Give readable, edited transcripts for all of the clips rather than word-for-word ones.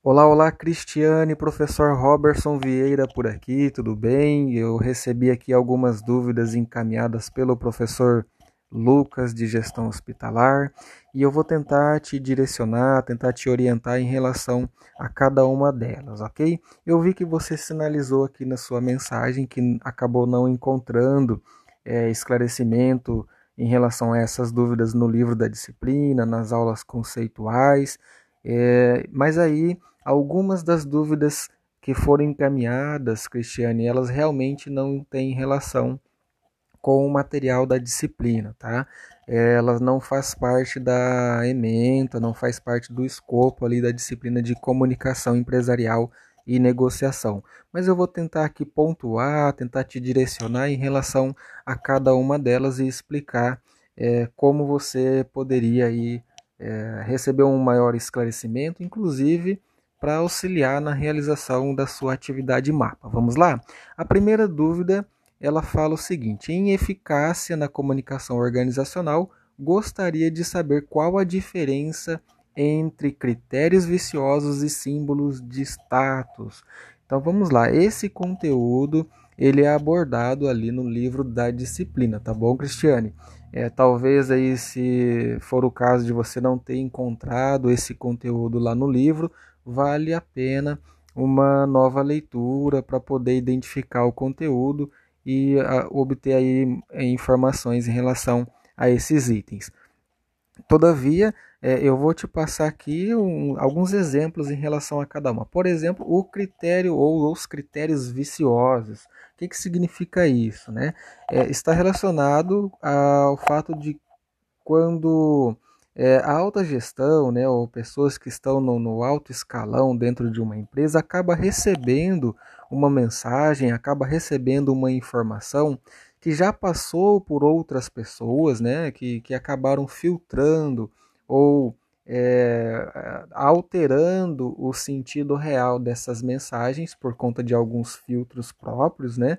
Olá, olá, Cristiane, professor Robertson Vieira por aqui, tudo bem? Eu recebi aqui algumas dúvidas encaminhadas pelo professor Lucas de Gestão Hospitalar e eu vou tentar te direcionar, tentar te orientar em relação a cada uma delas, ok? Eu vi que você sinalizou aqui na sua mensagem que acabou não encontrando esclarecimento em relação a essas dúvidas no livro da disciplina, nas aulas conceituais, mas aí algumas das dúvidas que foram encaminhadas, Cristiane, elas realmente não têm relação com o material da disciplina, tá? Elas não faz parte da ementa, não faz parte do escopo ali da disciplina de comunicação empresarial e negociação. Mas eu vou tentar aqui pontuar, tentar te direcionar em relação a cada uma delas e explicar como você poderia aí, receber um maior esclarecimento, inclusive para auxiliar na realização da sua atividade mapa. Vamos lá? A primeira dúvida ela fala o seguinte: em eficácia na comunicação organizacional, gostaria de saber qual a diferença entre critérios viciosos e símbolos de status. Então vamos lá, esse conteúdo ele é abordado ali no livro da disciplina, tá bom, Cristiane? Talvez aí, se for o caso de você não ter encontrado esse conteúdo lá no livro, vale a pena uma nova leitura para poder identificar o conteúdo e obter aí informações em relação a esses itens. Todavia, eu vou te passar aqui alguns exemplos em relação a cada uma. Por exemplo, o critério ou os critérios viciosos. O que significa isso, né? Está relacionado ao fato de quando a alta gestão, né, ou pessoas que estão no alto escalão dentro de uma empresa, acaba recebendo uma mensagem, acaba recebendo uma informação que já passou por outras pessoas, né, que acabaram filtrando ou alterando o sentido real dessas mensagens por conta de alguns filtros próprios, né,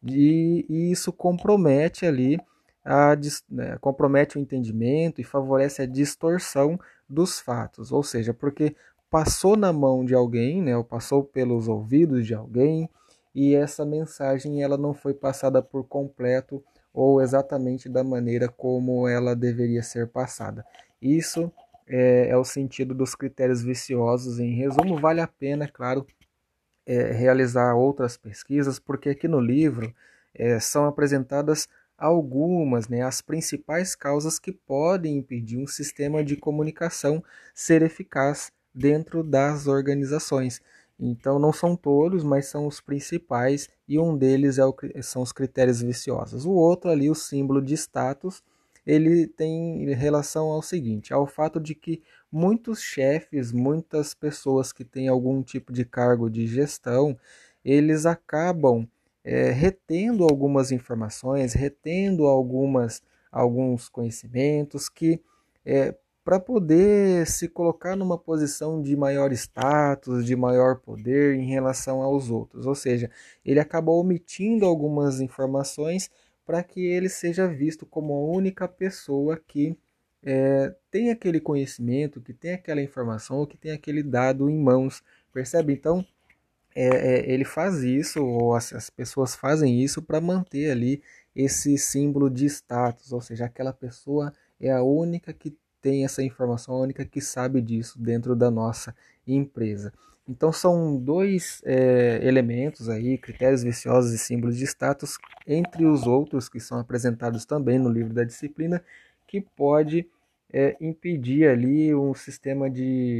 e isso compromete ali compromete o entendimento e favorece a distorção dos fatos, ou seja, porque passou na mão de alguém, né, ou passou pelos ouvidos de alguém, e essa mensagem ela não foi passada por completo ou exatamente da maneira como ela deveria ser passada. Isso é o sentido dos critérios viciosos. Em resumo, vale a pena, claro, realizar outras pesquisas, porque aqui no livro são apresentadas algumas, né, as principais causas que podem impedir um sistema de comunicação ser eficaz dentro das organizações. Então não são todos, mas são os principais, e um deles são os critérios viciosos. O outro ali, o símbolo de status, ele tem relação ao seguinte, ao fato de que muitos chefes, muitas pessoas que têm algum tipo de cargo de gestão, eles acabam retendo algumas informações, retendo alguns conhecimentos que para poder se colocar numa posição de maior status, de maior poder em relação aos outros. Ou seja, ele acaba omitindo algumas informações para que ele seja visto como a única pessoa que tem aquele conhecimento, que tem aquela informação, ou que tem aquele dado em mãos, percebe? Então, ele faz isso, ou as pessoas fazem isso para manter ali esse símbolo de status, ou seja, aquela pessoa é a única que tem essa informação, a única que sabe disso dentro da nossa empresa. Então são dois elementos aí, critérios viciosos e símbolos de status, entre os outros que são apresentados também no livro da disciplina, que pode impedir ali um sistema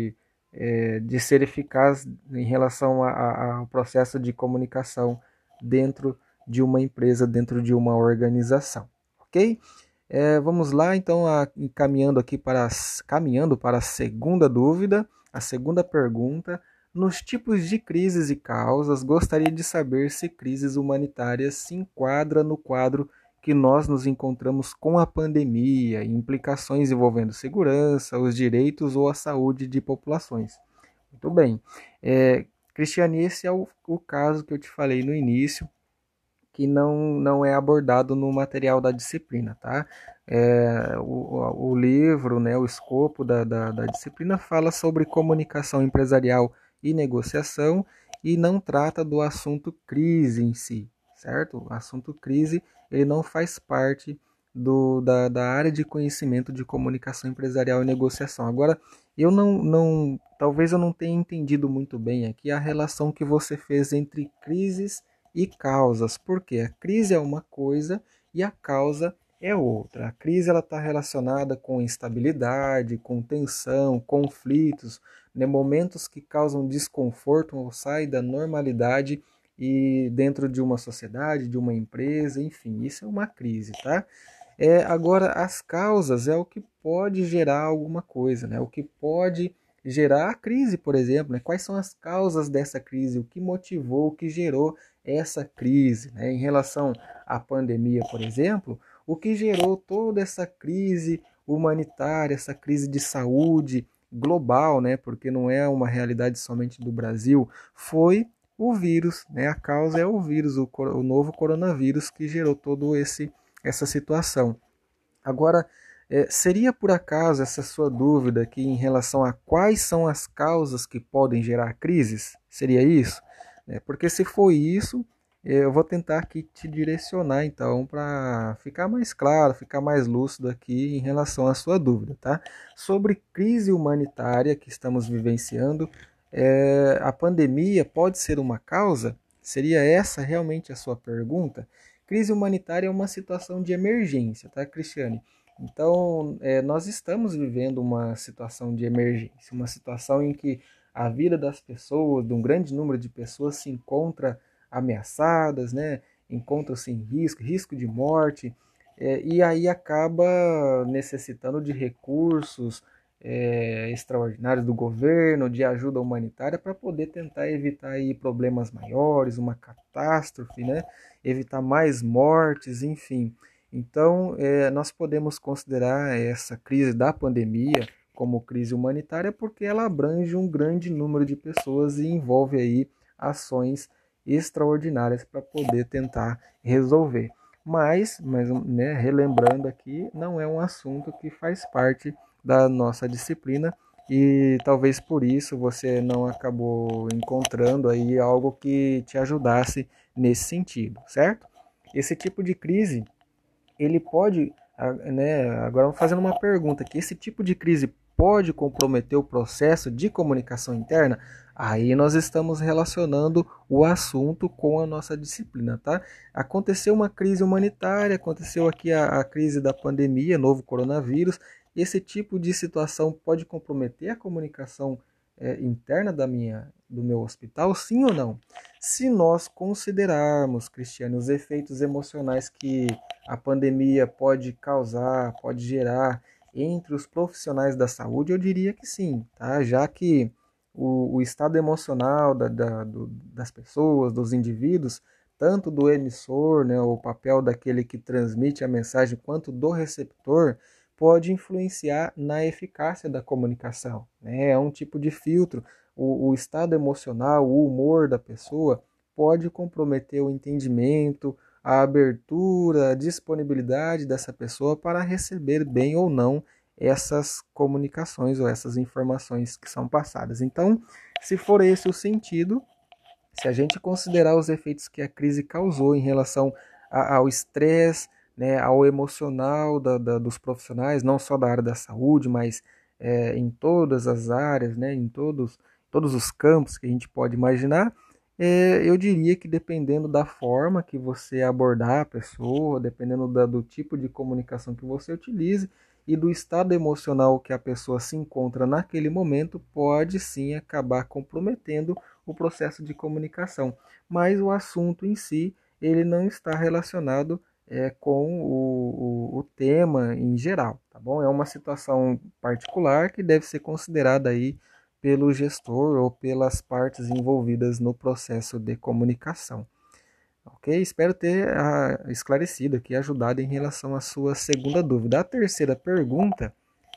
de ser eficaz em relação ao processo de comunicação dentro de uma empresa, dentro de uma organização, ok? Vamos lá, então, caminhando para a segunda dúvida, a segunda pergunta. Nos tipos de crises e causas, gostaria de saber se crises humanitárias se enquadra no quadro que nós nos encontramos com a pandemia e implicações envolvendo segurança, os direitos ou a saúde de populações. Muito bem. Cristiane, esse é o caso que eu te falei no início, que não é abordado no material da disciplina, tá? O livro, né, o escopo da disciplina fala sobre comunicação empresarial e negociação e não trata do assunto crise em si, certo? O assunto crise ele não faz parte da área de conhecimento de comunicação empresarial e negociação. Agora, eu talvez eu não tenha entendido muito bem aqui a relação que você fez entre crises e causas, porque a crise é uma coisa e a causa é outra. A crise ela está relacionada com instabilidade, com tensão, conflitos, né, momentos que causam desconforto ou saem da normalidade e dentro de uma sociedade, de uma empresa, enfim, isso é uma crise, tá? Agora, as causas é o que pode gerar alguma coisa, né? O que pode gerar a crise, por exemplo, né? Quais são as causas dessa crise? O que motivou, o que gerou essa crise, né? Em relação à pandemia, por exemplo, o que gerou toda essa crise humanitária, essa crise de saúde global, né? Porque não é uma realidade somente do Brasil, foi o vírus, né? A causa é o vírus, o novo coronavírus que gerou todo essa situação. Agora, seria por acaso essa sua dúvida aqui em relação a quais são as causas que podem gerar crises? Seria isso? Porque se for isso, eu vou tentar aqui te direcionar então para ficar mais claro, ficar mais lúcido aqui em relação à sua dúvida, tá? Sobre crise humanitária que estamos vivenciando, a pandemia pode ser uma causa? Seria essa realmente a sua pergunta? Crise humanitária é uma situação de emergência, tá, Cristiane? Então, nós estamos vivendo uma situação de emergência, uma situação em que a vida das pessoas, de um grande número de pessoas, se encontra ameaçadas, né? Encontram-se em risco de morte, e aí acaba necessitando de recursos extraordinários do governo, de ajuda humanitária, para poder tentar evitar aí problemas maiores, uma catástrofe, né? Evitar mais mortes, enfim. Então, nós podemos considerar essa crise da pandemia como crise humanitária porque ela abrange um grande número de pessoas e envolve aí ações extraordinárias para poder tentar resolver. Mas né, relembrando aqui, não é um assunto que faz parte da nossa disciplina e talvez por isso você não acabou encontrando aí algo que te ajudasse nesse sentido, certo? Esse tipo de crise ele pode, né, agora fazendo uma pergunta aqui, esse tipo de crise pode comprometer o processo de comunicação interna? Aí nós estamos relacionando o assunto com a nossa disciplina, tá? Aconteceu uma crise humanitária, aconteceu aqui a crise da pandemia, novo coronavírus. Esse tipo de situação pode comprometer a comunicação interna do meu hospital, sim ou não? Se nós considerarmos, Cristiane, os efeitos emocionais que a pandemia pode causar, pode gerar entre os profissionais da saúde, eu diria que sim, tá? Já que o estado emocional das pessoas, dos indivíduos, tanto do emissor, né, o papel daquele que transmite a mensagem, quanto do receptor, pode influenciar na eficácia da comunicação, né? É um tipo de filtro. O estado emocional, o humor da pessoa pode comprometer o entendimento, a abertura, a disponibilidade dessa pessoa para receber bem ou não essas comunicações ou essas informações que são passadas. Então, se for esse o sentido, se a gente considerar os efeitos que a crise causou em relação ao estresse, né, ao emocional dos profissionais, não só da área da saúde, mas em todas as áreas, né, em todos os campos que a gente pode imaginar, eu diria que dependendo da forma que você abordar a pessoa, dependendo do tipo de comunicação que você utilize e do estado emocional que a pessoa se encontra naquele momento, pode sim acabar comprometendo o processo de comunicação. Mas o assunto em si, ele não está relacionado com o tema em geral, tá bom? É uma situação particular que deve ser considerada aí pelo gestor ou pelas partes envolvidas no processo de comunicação. Ok? Espero ter esclarecido aqui, ajudado em relação à sua segunda dúvida. A terceira pergunta,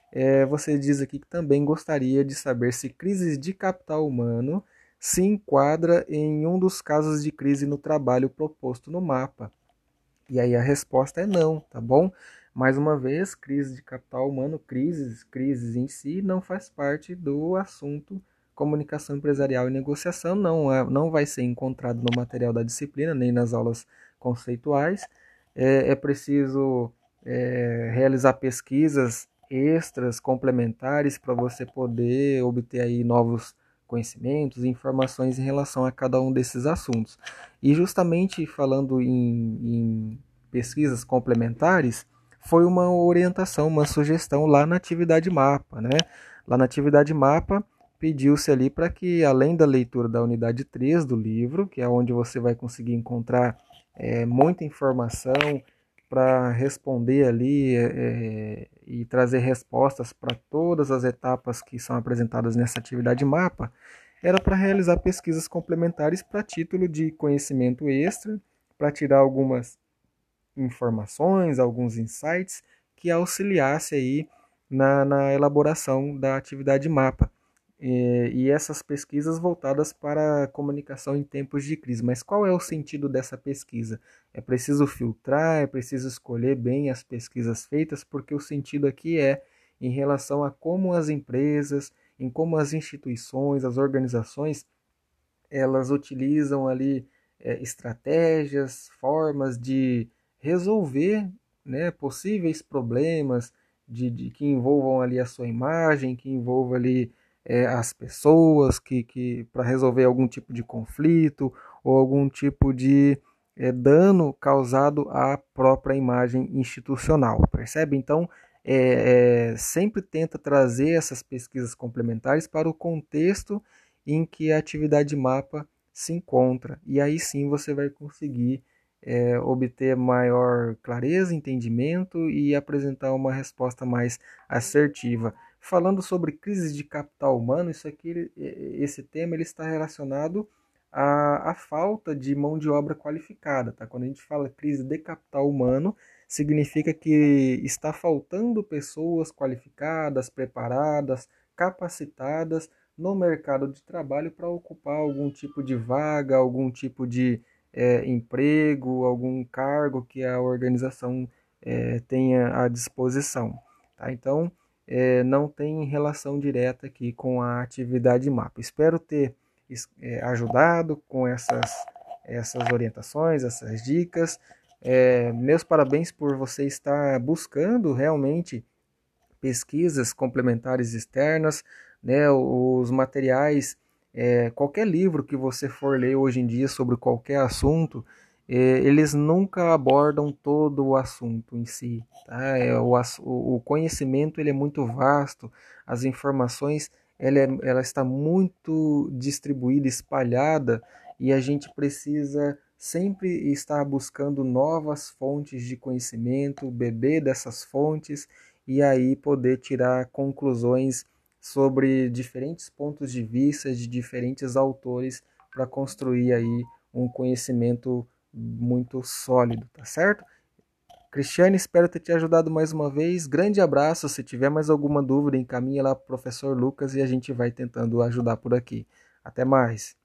você diz aqui que também gostaria de saber se crises de capital humano se enquadra em um dos casos de crise no trabalho proposto no mapa. E aí a resposta é não, tá bom? Mais uma vez, crise de capital humano, crises em si não faz parte do assunto comunicação empresarial e negociação não vai ser encontrado no material da disciplina, nem nas aulas conceituais. É preciso realizar pesquisas extras, complementares, para você poder obter aí novos conhecimentos e informações em relação a cada um desses assuntos. E justamente falando em pesquisas complementares, foi uma orientação, uma sugestão lá na atividade mapa, né? Lá na atividade mapa, pediu-se ali para que, além da leitura da unidade 3 do livro, que é onde você vai conseguir encontrar muita informação para responder ali e trazer respostas para todas as etapas que são apresentadas nessa atividade mapa, era para realizar pesquisas complementares para título de conhecimento extra, para tirar algumas informações, alguns insights que auxiliasse aí na elaboração da atividade mapa. E essas pesquisas voltadas para a comunicação em tempos de crise. Mas qual é o sentido dessa pesquisa? É preciso filtrar, é preciso escolher bem as pesquisas feitas, porque o sentido aqui é em relação a como as empresas, em como as instituições, as organizações, elas utilizam ali estratégias, formas de resolver, né, possíveis problemas que envolvam ali a sua imagem, que envolvam ali as pessoas, que para resolver algum tipo de conflito ou algum tipo de dano causado à própria imagem institucional, percebe? Então, sempre tenta trazer essas pesquisas complementares para o contexto em que a atividade mapa se encontra. E aí sim você vai conseguir obter maior clareza, entendimento e apresentar uma resposta mais assertiva. Falando sobre crise de capital humano, esse tema ele está relacionado à falta de mão de obra qualificada. Tá? Quando a gente fala crise de capital humano, significa que está faltando pessoas qualificadas, preparadas, capacitadas no mercado de trabalho para ocupar algum tipo de vaga, algum tipo de emprego, algum cargo que a organização tenha à disposição. Tá? Então, não tem relação direta aqui com a atividade mapa. Espero ter ajudado com essas orientações, essas dicas. Meus parabéns por você estar buscando realmente pesquisas complementares externas, né, os materiais, qualquer livro que você for ler hoje em dia sobre qualquer assunto, eles nunca abordam todo o assunto em si. Tá? O conhecimento ele é muito vasto, as informações ela está muito distribuída, espalhada, e a gente precisa sempre estar buscando novas fontes de conhecimento, beber dessas fontes e aí poder tirar conclusões sobre diferentes pontos de vista de diferentes autores para construir aí um conhecimento muito sólido, tá certo? Cristiane, espero ter te ajudado mais uma vez. Grande abraço. Se tiver mais alguma dúvida, encaminha lá para o professor Lucas e a gente vai tentando ajudar por aqui. Até mais.